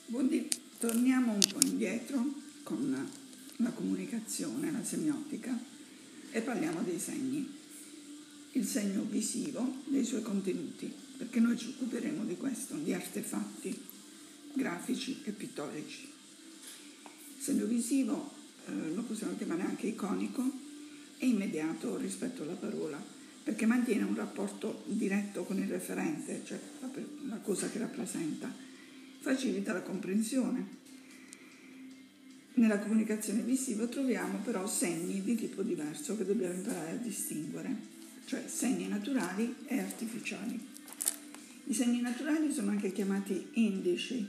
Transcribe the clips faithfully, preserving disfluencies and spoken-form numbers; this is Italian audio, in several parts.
Quindi torniamo un po' indietro con la comunicazione, la semiotica, e parliamo dei segni. Il segno visivo, dei suoi contenuti, perché noi ci occuperemo di questo, di artefatti grafici e pittorici. Il segno visivo eh, lo possiamo chiamare anche iconico, è immediato rispetto alla parola, perché mantiene un rapporto diretto con il referente, cioè la, la cosa che rappresenta, facilita la comprensione. Nella comunicazione visiva troviamo però segni di tipo diverso che dobbiamo imparare a distinguere, cioè segni naturali e artificiali. I segni naturali sono anche chiamati indici.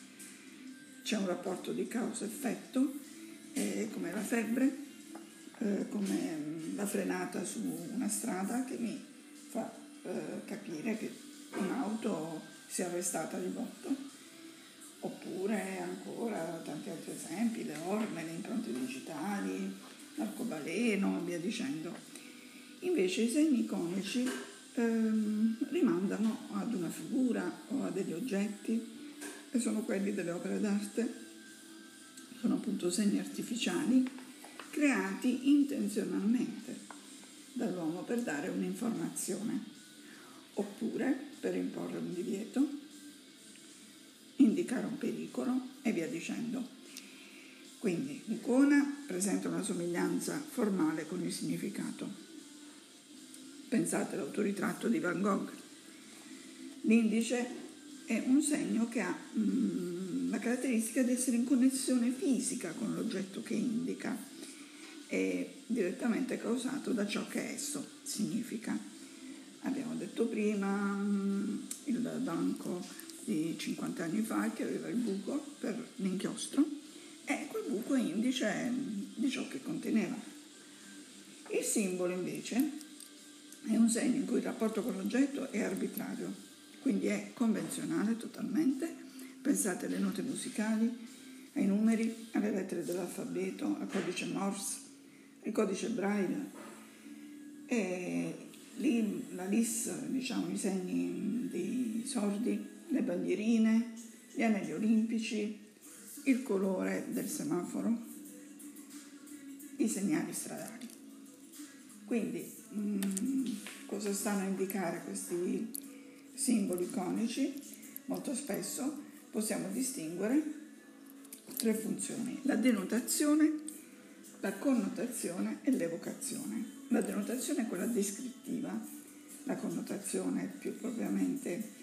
C'è un rapporto di causa-effetto, eh, come la febbre, eh, come la frenata su una strada che mi fa eh, capire che un'auto si è arrestata di botto. Oppure ancora tanti altri esempi, le orme, le impronte digitali, l'arcobaleno, via dicendo. Invece i segni iconici ehm, rimandano ad una figura o a degli oggetti, e sono quelli delle opere d'arte. Sono appunto segni artificiali creati intenzionalmente dall'uomo per dare un'informazione, oppure per imporre un divieto, indicare un pericolo e via dicendo. Quindi l'icona presenta una somiglianza formale con il significato. Pensate all'autoritratto di Van Gogh. L'indice è un segno che ha mh, la caratteristica di essere in connessione fisica con l'oggetto che indica e direttamente causato da ciò che esso significa. Abbiamo detto prima mh, il banco di cinquanta anni fa che aveva il buco per l'inchiostro, e quel buco indice di ciò che conteneva. Il simbolo invece è un segno in cui il rapporto con l'oggetto è arbitrario, quindi è convenzionale totalmente. Pensate alle note musicali, ai numeri, alle lettere dell'alfabeto, al codice Morse, al codice Braille, e lì la lis, diciamo i segni dei sordi, le bandierine, gli anelli olimpici, il colore del semaforo, i segnali stradali. Quindi mh, cosa stanno a indicare questi simboli iconici? Molto spesso possiamo distinguere tre funzioni: la denotazione, la connotazione e l'evocazione. La denotazione è quella descrittiva, la connotazione è più propriamente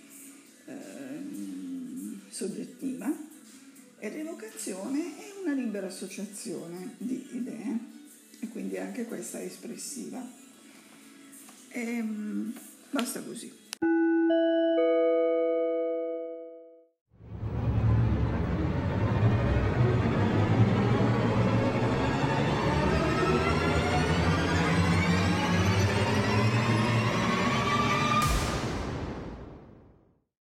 soggettiva, e l'evocazione è una libera associazione di idee, e quindi anche questa è espressiva. E basta così.